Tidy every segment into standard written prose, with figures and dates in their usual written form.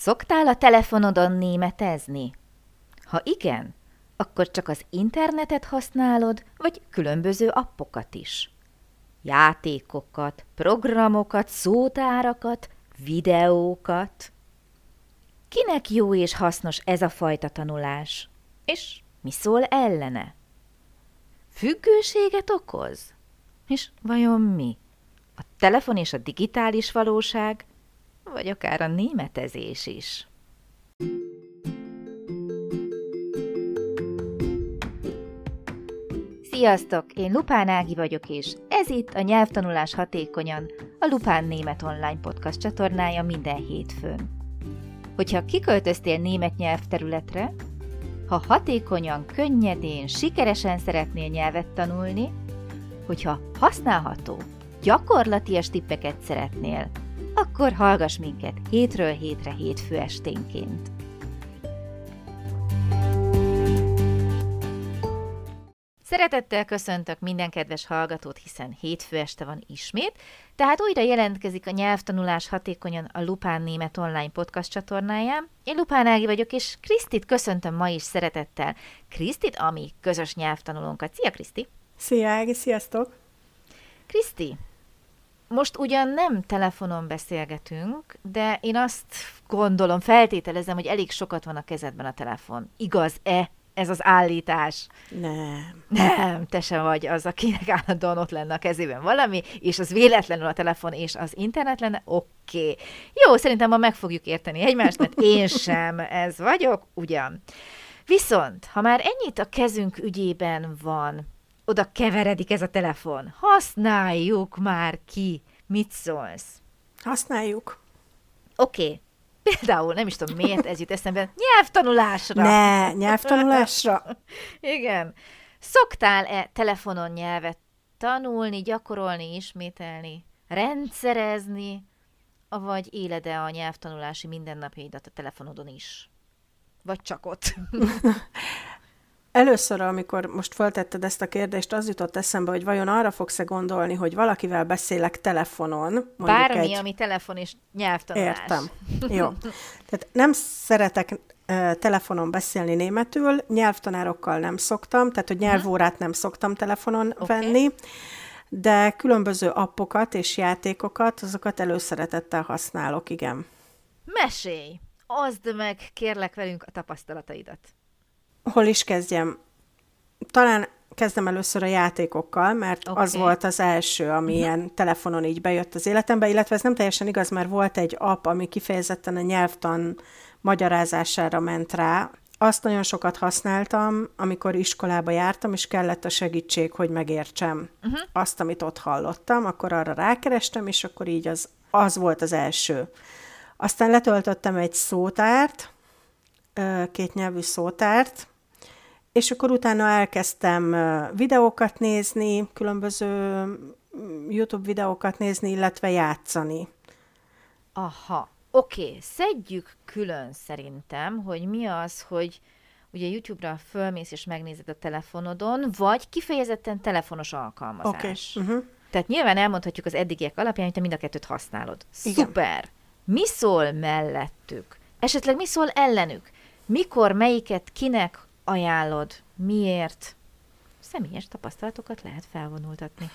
Szoktál a telefonodon németezni? Ha igen, akkor csak az internetet használod, vagy különböző appokat is? Játékokat, programokat, szótárakat, videókat? Kinek jó és hasznos ez a fajta tanulás? És mi szól ellene? Függőséget okoz? És vajon mi? A telefon és a digitális valóság, vagy akár a németezés is? Sziasztok! Én Lupán Ági vagyok, és ez itt a Nyelvtanulás hatékonyan, a Lupán Német Online Podcast csatornája minden hétfőn. Hogyha kiköltöztél német nyelvterületre, ha hatékonyan, könnyedén, sikeresen szeretnél nyelvet tanulni, hogyha használható, gyakorlatias tippeket szeretnél, akkor hallgass minket hétről hétre hétfő esténként. Szeretettel köszöntök minden kedves hallgatót, hiszen hétfő este van ismét, tehát újra jelentkezik a Nyelvtanulás hatékonyan a Lupán Német Online Podcast csatornáján. Én Lupán Ági vagyok, és Krisztit köszöntöm ma is szeretettel. Krisztit, ami közös nyelvtanulónkat. Szia, Kriszti! Szia, Ági, sziasztok! Kriszti, most ugyan nem telefonon beszélgetünk, de én azt gondolom, feltételezem, hogy elég sokat van a kezedben a telefon. Igaz-e ez az állítás? Nem, te sem vagy az, akinek állandóan ott lenne a kezében valami, és az véletlenül a telefon és az internet lenne. Oké. Jó, szerintem ma meg fogjuk érteni egymást, mert én sem ez vagyok, ugyan. Viszont, ha már ennyit a kezünk ügyében van, oda keveredik ez a telefon. Használjuk már ki. Mit szólsz? Használjuk. Oké. Például, nem is tudom miért ez jut eszembe, nyelvtanulásra. Nyelvtanulásra? Igen. Szoktál-e telefonon nyelvet tanulni, gyakorolni, ismételni, rendszerezni, vagy éled-e a nyelvtanulási mindennapjaidat a telefonodon is? Vagy csak ott? Először, amikor most feltetted ezt a kérdést, az jutott eszembe, hogy vajon arra fogsz-e gondolni, hogy valakivel beszélek telefonon. Bármi, ami telefon és nyelvtanulás. Értem. Jó. Tehát nem szeretek telefonon beszélni németül, nyelvtanárokkal nem szoktam, tehát hogy nyelvórát nem szoktam telefonon venni, de különböző appokat és játékokat, azokat előszeretettel használok, igen. Mesélj! Oszd meg, kérlek velünk a tapasztalataidat. Hol is kezdjem? Talán kezdem először a játékokkal, mert az volt az első, ami ilyen telefonon így bejött az életembe, illetve ez nem teljesen igaz, mert volt egy app, ami kifejezetten a nyelvtan magyarázására ment rá. Azt nagyon sokat használtam, amikor iskolába jártam, és kellett a segítség, hogy megértsem azt, amit ott hallottam, akkor arra rákerestem, és akkor így az volt az első. Aztán letöltöttem egy szótárt, kétnyelvű szótárt, és akkor utána elkezdtem videókat nézni, különböző YouTube videókat nézni, illetve játszani. Aha, oké. Szedjük külön szerintem, hogy mi az, hogy ugye YouTube-ra fölmész és megnézed a telefonodon, vagy kifejezetten telefonos alkalmazás. Tehát nyilván elmondhatjuk az eddigiek alapján, hogy te mind a kettőt használod. Igen. Szuper! Mi szól mellettük? Esetleg mi szól ellenük? Mikor, melyiket, kinek ajánlod? Miért? Személyes tapasztalatokat lehet felvonultatni.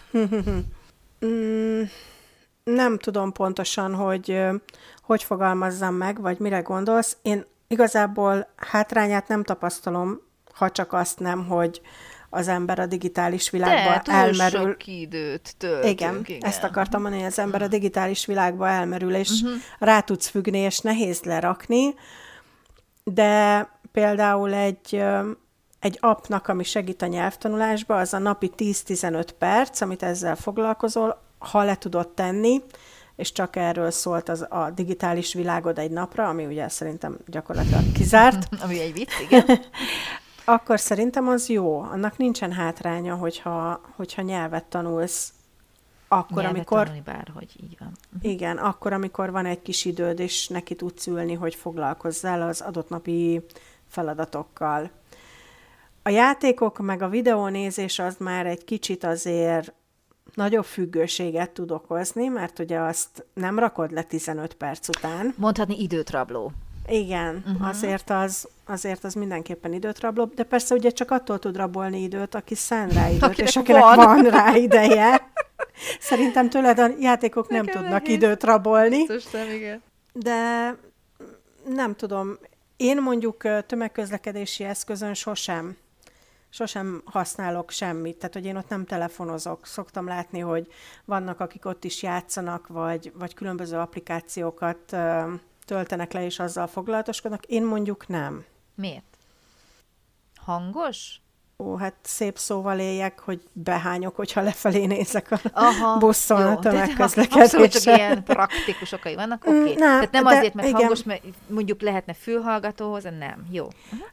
Nem tudom pontosan, hogy fogalmazzam meg, vagy mire gondolsz. Én igazából hátrányát nem tapasztalom, ha csak azt nem, hogy az ember a digitális világba elmerül. Sok időt töltünk. Igen, ezt akartam mondani, hogy az ember a digitális világba elmerül, és rá tudsz függni, és nehéz lerakni, de például egy appnak, ami segít a nyelvtanulásba, az a napi 10-15 perc, amit ezzel foglalkozol, ha le tudod tenni, és csak erről szólt a digitális világod egy napra, ami ugye szerintem gyakorlatilag kizárt. Ami egy vicc, igen. Akkor szerintem az jó. Annak nincsen hátránya, hogyha nyelvet tanulsz. Akkor, amikor tanulni bárhogy, így van. Igen, akkor, amikor van egy kis időd, és neki tudsz ülni, hogy foglalkozzál az adott napi feladatokkal. A játékok meg a videónézés az már egy kicsit azért nagyobb függőséget tud okozni, mert ugye azt nem rakod le 15 perc után. Mondhatni időt rabló. Igen, azért az mindenképpen időt rabló, de persze ugye csak attól tud rabolni időt, aki szán rá időt, és akinek van rá ideje. Szerintem tőled a játékok nem tudnak időt rabolni. Szóval, igen. De nem tudom, én mondjuk tömegközlekedési eszközön sosem használok semmit, tehát hogy én ott nem telefonozok. Szoktam látni, hogy vannak, akik ott is játszanak, vagy különböző applikációkat töltenek le, és azzal foglalatoskodnak. Én mondjuk nem. Miért? Hangos? Ó, hát szép szóval éljek, hogy behányok, hogyha lefelé nézek a buszon, a tömegközlekedésre. Abszolút csak ilyen praktikus okai vannak, oké. Tehát nem azért, mert igen. Hangos, mert mondjuk lehetne fülhallgatóhoz, nem. Jó.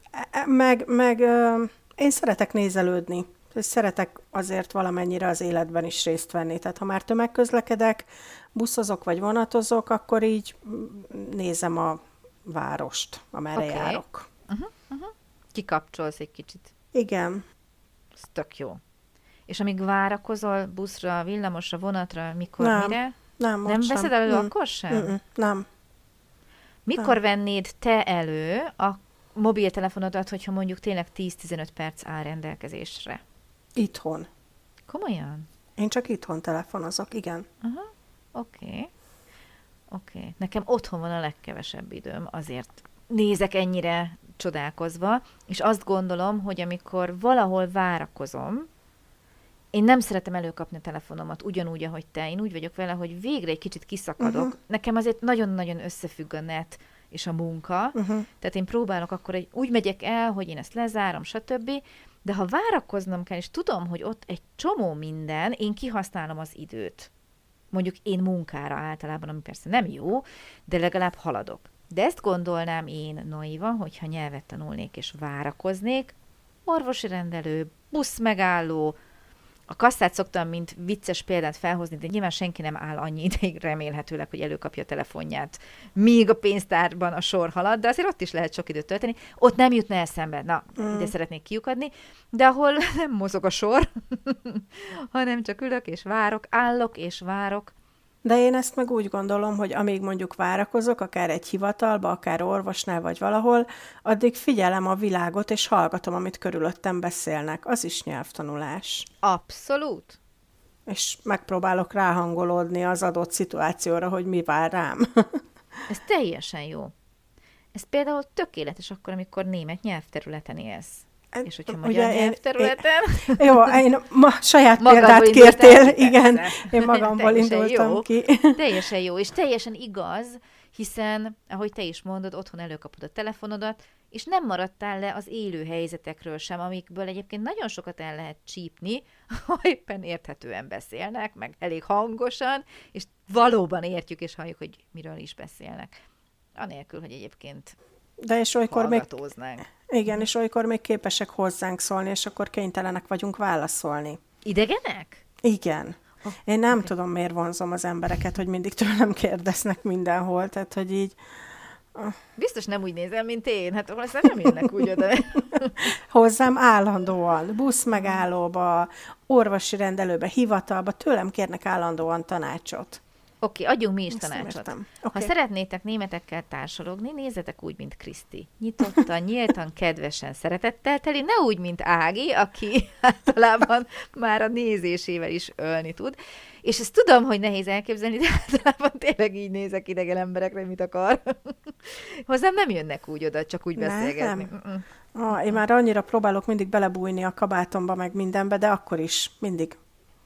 Meg én szeretek nézelődni. Szeretek azért valamennyire az életben is részt venni. Tehát ha már tömegközlekedek, buszozok vagy vonatozok, akkor így nézem a várost, amerre járok. Kikapcsolsz egy kicsit. Igen. Ez tök jó. És amíg várakozol buszra, villamosra, vonatra, mikor, mire? Nem veszed elő akkor sem? Nem. Mikor vennéd te elő a mobiltelefonodat, hogyha mondjuk tényleg 10-15 perc áll rendelkezésre? Itthon. Komolyan? Én csak itthon telefonozok, igen. Oké. Nekem otthon van a legkevesebb időm, azért nézek ennyire csodálkozva, és azt gondolom, hogy amikor valahol várakozom, én nem szeretem előkapni a telefonomat ugyanúgy, ahogy te. Én úgy vagyok vele, hogy végre egy kicsit kiszakadok. Nekem azért nagyon-nagyon összefügg a net és a munka. Tehát én próbálok akkor, úgy megyek el, hogy én ezt lezárom, stb. De ha várakoznom kell, és tudom, hogy ott egy csomó minden, én kihasználom az időt. Mondjuk én munkára általában, ami persze nem jó, de legalább haladok. De ezt gondolnám én naivan, hogyha nyelvet tanulnék és várakoznék, orvosi rendelő, busz megálló, a kasszát szoktam, mint vicces példát felhozni, de nyilván senki nem áll annyi ideig remélhetőleg, hogy előkapja a telefonját, míg a pénztárban a sor halad, de azért ott is lehet sok időt tölteni. Ott nem jutna eszembe, ide szeretnék kiukadni, de ahol nem mozog a sor, hanem csak ülök és várok, állok és várok. De én ezt meg úgy gondolom, hogy amíg mondjuk várakozok, akár egy hivatalba, akár orvosnál, vagy valahol, addig figyelem a világot, és hallgatom, amit körülöttem beszélnek. Az is nyelvtanulás. Abszolút. És megpróbálok ráhangolódni az adott szituációra, hogy mi vár rám. Ez teljesen jó. Ez például tökéletes akkor, amikor német nyelvterületen élsz. És hogyha magyar nyelvterületen... Jó, én saját példát kértél, igen. Én magamból indultam ki. Teljesen jó, és teljesen igaz, hiszen, ahogy te is mondod, otthon előkapod a telefonodat, és nem maradtál le az élő helyzetekről sem, amikből egyébként nagyon sokat el lehet csípni, ha éppen érthetően beszélnek, meg elég hangosan, és valóban értjük és halljuk, hogy miről is beszélnek. Anélkül, hogy egyébként de és olykor még, igen, és olykor még képesek hozzánk szólni, és akkor kénytelenek vagyunk válaszolni. Idegenek? Igen. Én nem tudom, miért vonzom az embereket, hogy mindig tőlem kérdeznek mindenhol, tehát, hogy így... Biztos nem úgy nézel, mint én, hát aztán nem jönnek úgy oda. Hozzám állandóan, buszmegállóba, orvosi rendelőbe, hivatalba, tőlem kérnek állandóan tanácsot. Oké, adjunk mi is tanácsot. Okay. Ha szeretnétek németekkel társalogni, nézzetek úgy, mint Kriszti. Nyitottan, nyíltan, kedvesen, szeretettel teli, ne úgy, mint Ági, aki általában már a nézésével is ölni tud. És ezt tudom, hogy nehéz elképzelni, de általában tényleg így nézek idegen emberekre, mit akar. Hozzám nem jönnek úgy oda, csak úgy beszélgetni. Én már annyira próbálok mindig belebújni a kabátomba, meg mindenbe, de akkor is, mindig.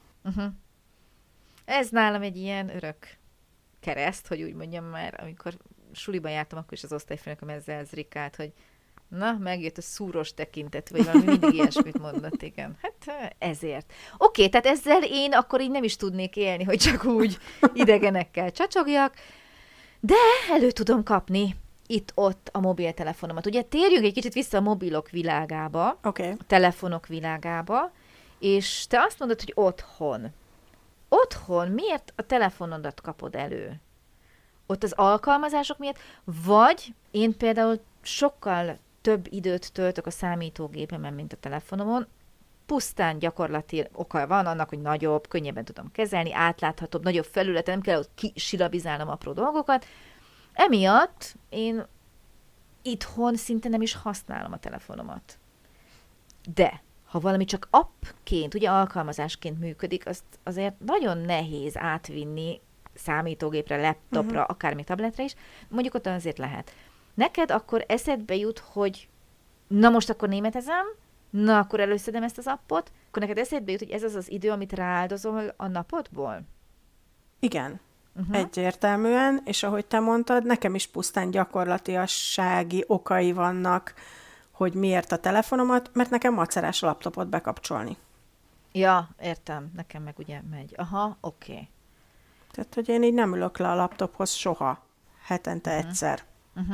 Ez nálam egy ilyen örök kereszt, hogy úgy mondjam már, amikor suliba jártam, akkor is az osztályfőnököm ezzel zrikált, hogy na, megjött a szúros tekintet, vagy valami mindig ilyesmit mondott, igen. Hát ezért. Oké, tehát ezzel én akkor így nem is tudnék élni, hogy csak úgy idegenekkel csacsogjak, de elő tudom kapni itt-ott a mobiltelefonomat. Ugye térjünk egy kicsit vissza a mobilok világába, a telefonok világába, és te azt mondod, hogy otthon. Otthon miért a telefonodat kapod elő? Ott az alkalmazások miatt? Vagy én például sokkal több időt töltök a számítógépemen, mint a telefonomon. Pusztán gyakorlati oka van annak, hogy nagyobb, könnyebben tudom kezelni, átláthatóbb, nagyobb felületen, nem kell ott kisilabizálnom apró dolgokat. Emiatt én itthon szinte nem is használom a telefonomat. De ha valami csak appként, ugye alkalmazásként működik, azt azért nagyon nehéz átvinni számítógépre, laptopra, akármi tabletre is, mondjuk ott azért lehet. Neked akkor eszedbe jut, hogy na most akkor németezem, na akkor előszedem ezt az appot, akkor neked eszedbe jut, hogy ez az az idő, amit rááldozol a napodból? Igen. Egyértelműen, és ahogy te mondtad, nekem is pusztán gyakorlatiassági okai vannak, hogy miért a telefonomat, mert nekem macerás a laptopot bekapcsolni. Ja, értem, nekem meg ugye megy. Aha, oké. Tehát, hogy én így nem ülök le a laptophoz soha, hetente egyszer.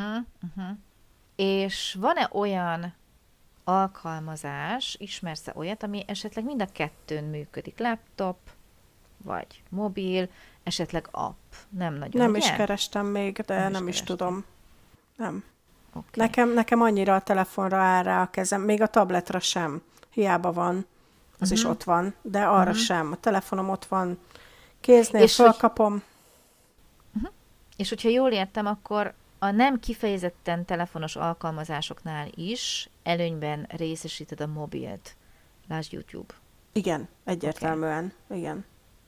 És van-e olyan alkalmazás, ismersz-e olyat, ami esetleg mind a kettőn működik? Laptop, vagy mobil, esetleg app? Nem nagyon, Nem ugye? is kerestem még, de nem is tudom. Nem. Okay. Nekem annyira a telefonra áll rá a kezem, még a tabletra sem. Hiába van, az is ott van, de arra sem. A telefonom ott van, kéznél felkapom. És hogyha jól értem, akkor a nem kifejezetten telefonos alkalmazásoknál is előnyben részesíted a mobilt. Lásd YouTube. Igen, egyértelműen. Okay. Igen.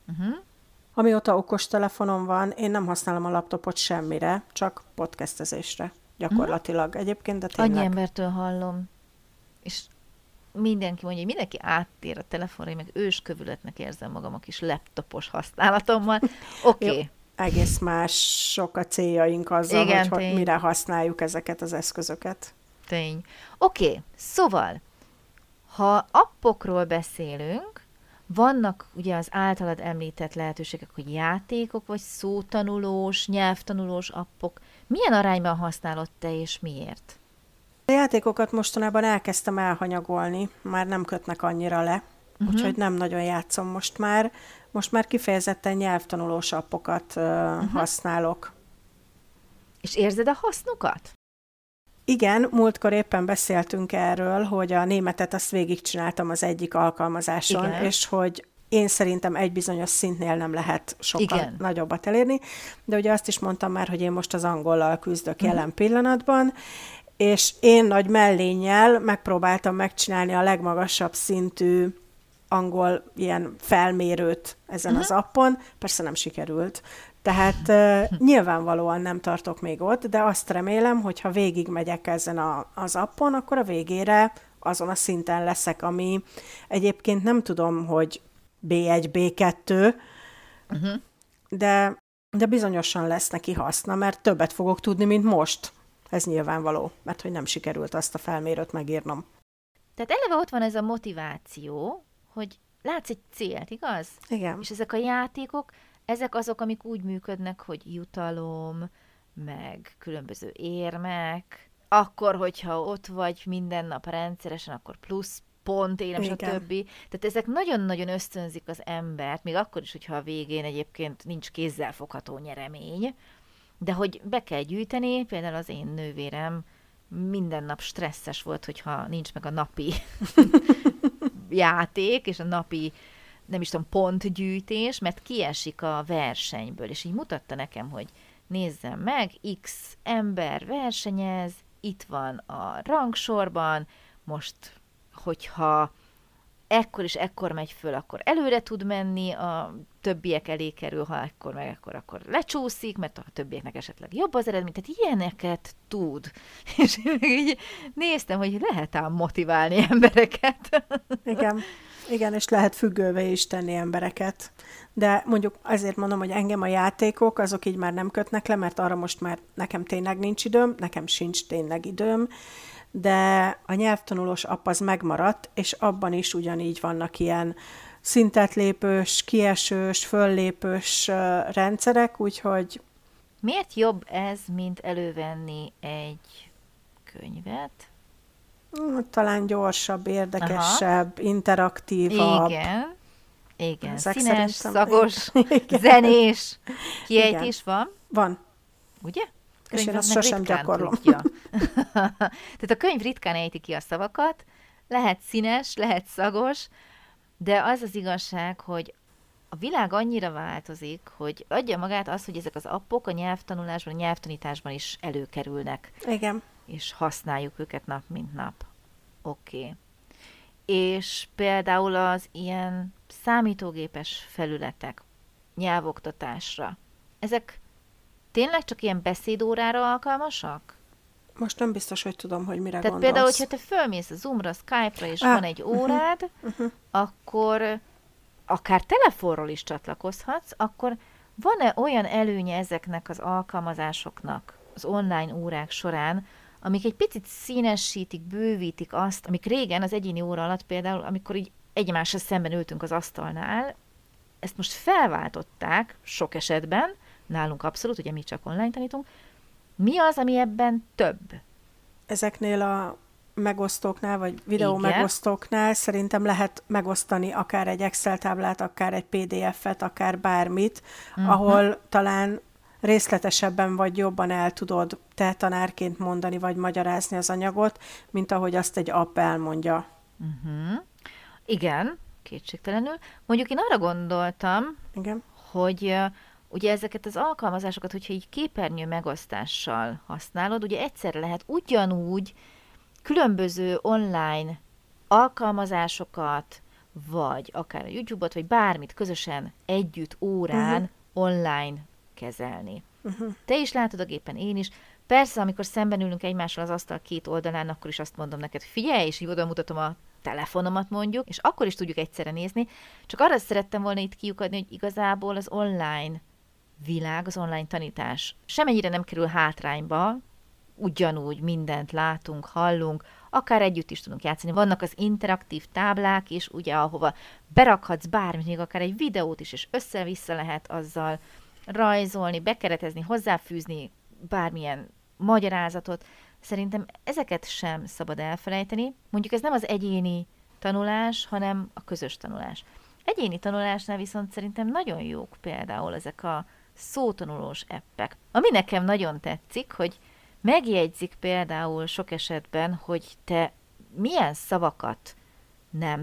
Amióta okos telefonom van, én nem használom a laptopot semmire, csak podcastezésre. Gyakorlatilag egyébként, de tényleg. Annyi embertől hallom, és mindenki mondja, hogy mindenki áttér a telefonra, én meg őskövületnek érzem magam a kis laptopos használatommal. Oké. Egész mások a céljaink azzal, igen, hogy mire használjuk ezeket az eszközöket. Tény. Oké, szóval, ha appokról beszélünk, vannak ugye az általad említett lehetőségek, hogy játékok, vagy szótanulós, nyelvtanulós appok. Milyen arányban használod te, és miért? A játékokat mostanában elkezdtem elhanyagolni, már nem kötnek annyira le, úgyhogy nem nagyon játszom most már. Most már kifejezetten nyelvtanulós appokat használok. És érzed a hasznukat? Igen, múltkor éppen beszéltünk erről, hogy a németet azt végigcsináltam az egyik alkalmazáson, igen. És hogy én szerintem egy bizonyos szintnél nem lehet sokkal nagyobbat elérni, de ugye azt is mondtam már, hogy én most az angollal küzdök jelen pillanatban, és én nagy mellénnyel megpróbáltam megcsinálni a legmagasabb szintű angol ilyen felmérőt ezen az appon, persze nem sikerült. Tehát nyilvánvalóan nem tartok még ott, de azt remélem, hogy ha végigmegyek ezen az appon, akkor a végére azon a szinten leszek, ami egyébként nem tudom, hogy B1, B2, de bizonyosan lesz neki haszna, mert többet fogok tudni, mint most. Ez nyilvánvaló, mert hogy nem sikerült azt a felmérőt megírnom. Tehát eleve ott van ez a motiváció, hogy látsz egy célt, igaz? Igen. És ezek a játékok, ezek azok, amik úgy működnek, hogy jutalom, meg különböző érmek, akkor, hogyha ott vagy minden nap rendszeresen, akkor plusz pont érem, és a többi. Tehát ezek nagyon-nagyon ösztönzik az embert, még akkor is, hogyha a végén egyébként nincs kézzelfogható nyeremény, de hogy be kell gyűjteni, például az én nővérem minden nap stresszes volt, hogyha nincs meg a napi játék, és a napi, nem is tudom, pontgyűjtés, mert kiesik a versenyből, és így mutatta nekem, hogy nézzem meg, X ember versenyez, itt van a rangsorban, most, hogyha ekkor és ekkor megy föl, akkor előre tud menni, a többiek elé kerül, ha ekkor meg akkor lecsúszik, mert a többieknek esetleg jobb az eredmény, tehát ilyeneket tud. És így néztem, hogy lehet ám motiválni embereket. Igen, és lehet függővé is tenni embereket. De mondjuk azért mondom, hogy engem a játékok, azok így már nem kötnek le, mert arra most már nekem tényleg nincs időm, nekem sincs tényleg időm, de a nyelvtanulós app az megmaradt, és abban is ugyanígy vannak ilyen szintetlépős, kiesős, föllépős rendszerek, úgyhogy... Miért jobb ez, mint elővenni egy könyvet? Talán gyorsabb, érdekesebb, interaktívabb. Igen. Színes, szagos, zenés. Kiejtés van? Van. Ugye? És én azt sosem gyakorlom. Tehát a könyv ritkán ejti ki a szavakat, lehet színes, lehet szagos, de az az igazság, hogy a világ annyira változik, hogy adja magát az, hogy ezek az appok a nyelvtanulásban, a nyelvtanításban is előkerülnek. Igen. És használjuk őket nap mint nap. Oké. És például az ilyen számítógépes felületek nyelvoktatásra, ezek tényleg csak ilyen beszédórára alkalmasak? Most nem biztos, hogy tudom, hogy mire Tehát gondolsz. például, hogyha te fölmész a Zoomra, Skype-ra, és van egy órád, akkor akár telefonról is csatlakozhatsz, akkor van-e olyan előnye ezeknek az alkalmazásoknak az online órák során, amik egy picit színesítik, bővítik azt, amik régen az egyéni óra alatt például, amikor így egymással szemben ültünk az asztalnál, ezt most felváltották sok esetben, nálunk abszolút, ugye mi csak online tanítunk. Mi az, ami ebben több? Ezeknél a megosztóknál, vagy videó megosztóknál szerintem lehet megosztani akár egy Excel táblát, akár egy PDF-et, akár bármit, ahol talán részletesebben vagy jobban el tudod te tanárként mondani, vagy magyarázni az anyagot, mint ahogy azt egy app elmondja. Igen, kétségtelenül. Mondjuk én arra gondoltam, hogy ugye ezeket az alkalmazásokat, hogyha így képernyő megosztással használod, ugye egyszerre lehet ugyanúgy különböző online alkalmazásokat, vagy akár a YouTube-ot, vagy bármit közösen együtt órán online kezelni. Te is látod a gépen, én is. Persze, amikor szemben ülünk egymással az asztal két oldalán, akkor is azt mondom neked, figyelj, és így oda mutatom a telefonomat mondjuk, és akkor is tudjuk egyszerre nézni. Csak arra szerettem volna itt kiukadni, hogy igazából az online világ, az online tanítás semennyire nem kerül hátrányba, ugyanúgy mindent látunk, hallunk, akár együtt is tudunk játszani. Vannak az interaktív táblák is, ugye, ahova berakhatsz bármit, még akár egy videót is, és össze-vissza lehet azzal rajzolni, bekeretezni, hozzáfűzni bármilyen magyarázatot. Szerintem ezeket sem szabad elfelejteni. Mondjuk ez nem az egyéni tanulás, hanem a közös tanulás. Egyéni tanulásnál viszont szerintem nagyon jók például ezek a szótanulós appek. Ami nekem nagyon tetszik, hogy megjegyzik például sok esetben, hogy te milyen szavakat nem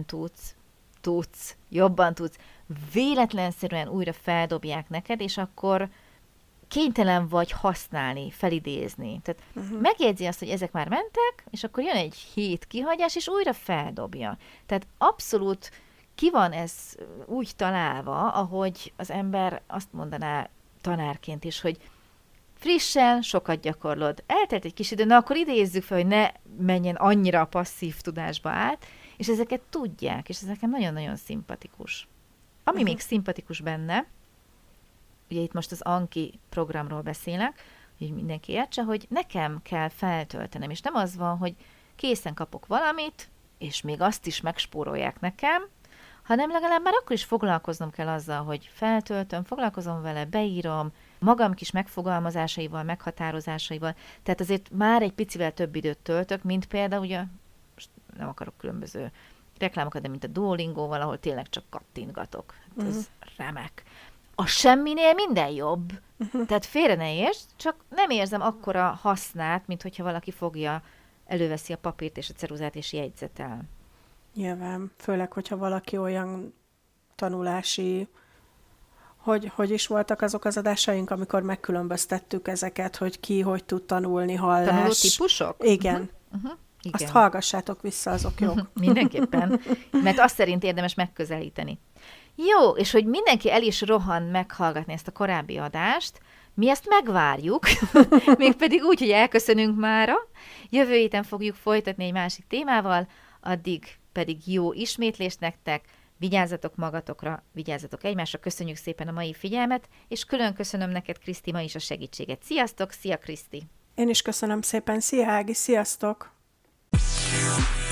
tudsz, jobban tudsz, véletlenszerűen újra feldobják neked, és akkor kénytelen vagy használni, felidézni. Tehát megjegyzi azt, hogy ezek már mentek, és akkor jön egy hét kihagyás, és újra feldobja. Tehát abszolút ki van ez úgy találva, ahogy az ember azt mondaná tanárként is, hogy frissen, sokat gyakorlod. Eltelt egy kis idő, na akkor idézzük fel, hogy ne menjen annyira a passzív tudásba át, és ezeket tudják, és ez nekem nagyon-nagyon szimpatikus. Ami még szimpatikus benne, ugye itt most az Anki programról beszélek, hogy mindenki értse, hogy nekem kell feltöltenem, és nem az van, hogy készen kapok valamit, és még azt is megspórolják nekem, hanem legalább már akkor is foglalkoznom kell azzal, hogy feltöltöm, foglalkozom vele, beírom, magam kis megfogalmazásaival, meghatározásaival, tehát azért már egy picivel több időt töltök, mint például, ugye, nem akarok különböző reklámokat, de mint a Duolingóval, ahol tényleg csak kattintgatok. Hát ez remek. A semminél minden jobb. Tehát félre ne értsd, csak nem érzem akkora hasznát, mint hogyha valaki fogja, előveszi a papírt és a ceruzát és jegyzetel. Nyilván, főleg, hogyha valaki olyan tanulási, hogy is voltak azok az adásaink, amikor megkülönböztettük ezeket, hogy ki, hogy tud tanulni, hallás. Tanuló típusok? Igen. Igen. Azt hallgassátok vissza, azok jók. Mindenképpen, mert azt szerint érdemes megközelíteni. Jó, és hogy mindenki el is rohan meghallgatni ezt a korábbi adást, mi ezt megvárjuk, mégpedig úgy, hogy elköszönünk mára. Jövő héten fogjuk folytatni egy másik témával, addig pedig jó ismétlést nektek, vigyázzatok magatokra, vigyázzatok egymásra, köszönjük szépen a mai figyelmet, és külön köszönöm neked, Kriszti, ma is a segítséget. Sziasztok, szia Kriszti! Én is köszönöm szépen, szia Ági, sziasztok!